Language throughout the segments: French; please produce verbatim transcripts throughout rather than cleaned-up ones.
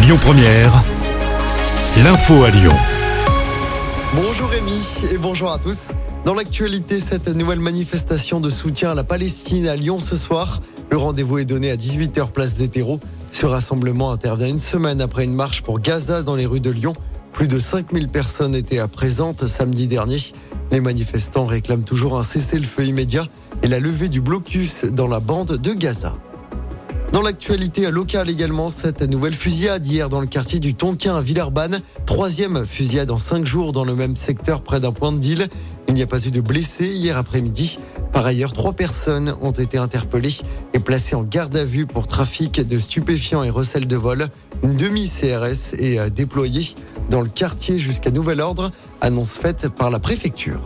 Lyon Première, l'info à Lyon. Bonjour Rémi et bonjour à tous. Dans l'actualité, cette nouvelle manifestation de soutien à la Palestine à Lyon ce soir. Le rendez-vous est donné à dix-huit heures place des Terreaux. Ce rassemblement intervient une semaine après une marche pour Gaza dans les rues de Lyon. Plus de cinq mille personnes étaient présentes samedi dernier. Les manifestants réclament toujours un cessez-le-feu immédiat et la levée du blocus dans la bande de Gaza. Dans l'actualité locale également, cette nouvelle fusillade hier dans le quartier du Tonkin à Villeurbanne. Troisième fusillade en cinq jours dans le même secteur près d'un point de deal. Il n'y a pas eu de blessés hier après-midi. Par ailleurs, trois personnes ont été interpellées et placées en garde à vue pour trafic de stupéfiants et recel de vol. Une demi-C R S est déployée dans le quartier jusqu'à nouvel ordre, annonce faite par la préfecture.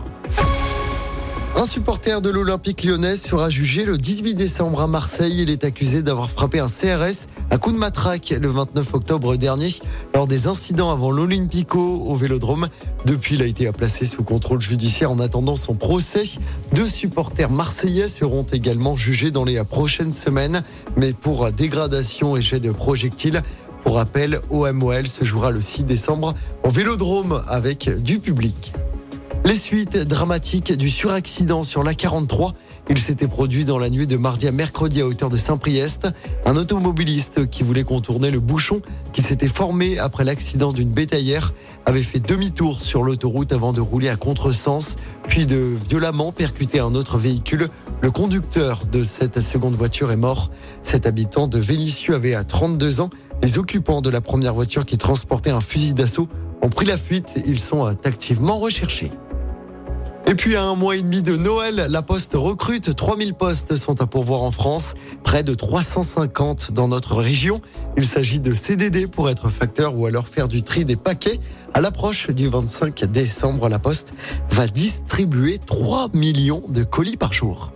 Un supporter de l'Olympique lyonnais sera jugé le dix-huit décembre à Marseille. Il est accusé d'avoir frappé un C R S à coups de matraque le vingt-neuf octobre dernier lors des incidents avant l'Olympico au Vélodrome. Depuis, il a été placé sous contrôle judiciaire en attendant son procès. Deux supporters marseillais seront également jugés dans les prochaines semaines, mais pour dégradation et jet de projectiles. Pour rappel, O M O L se jouera le six décembre au Vélodrome avec du public. Les suites dramatiques du suraccident sur l'A quarante-trois. Il s'était produit dans la nuit de mardi à mercredi à hauteur de Saint-Priest. Un automobiliste qui voulait contourner le bouchon qui s'était formé après l'accident d'une bétaillère avait fait demi-tour sur l'autoroute avant de rouler à contresens, puis de violemment percuter un autre véhicule. Le conducteur de cette seconde voiture est mort. Cet habitant de Vénissieux avait à trente-deux ans. Les occupants de la première voiture qui transportait un fusil d'assaut ont pris la fuite. Ils sont activement recherchés. Et puis à un mois et demi de Noël, la Poste recrute. trois mille postes sont à pourvoir en France, près de trois cent cinquante dans notre région. Il s'agit de C D D pour être facteur ou alors faire du tri des paquets. À l'approche du vingt-cinq décembre, la Poste va distribuer trois millions de colis par jour.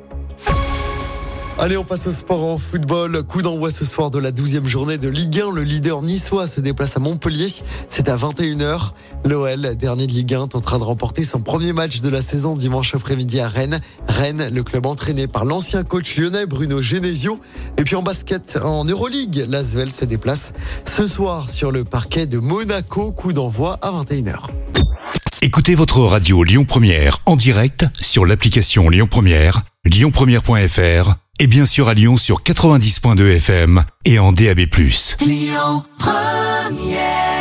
Allez, on passe au sport en football. Coup d'envoi ce soir de la douzième journée de Ligue un. Le leader niçois se déplace à Montpellier. C'est à vingt et une heures. L'O L, dernier de Ligue un, est en train de remporter son premier match de la saison dimanche après-midi à Rennes. Rennes, le club entraîné par l'ancien coach lyonnais Bruno Genesio. Et puis en basket, en Euroleague, l'Asvel se déplace ce soir sur le parquet de Monaco. Coup d'envoi à vingt et une heures. Écoutez votre radio Lyon Première en direct sur l'application Lyon Première, lyon première point f r et bien sûr à Lyon sur quatre-vingt-dix point deux F M et en D A B plus. Lyon Première.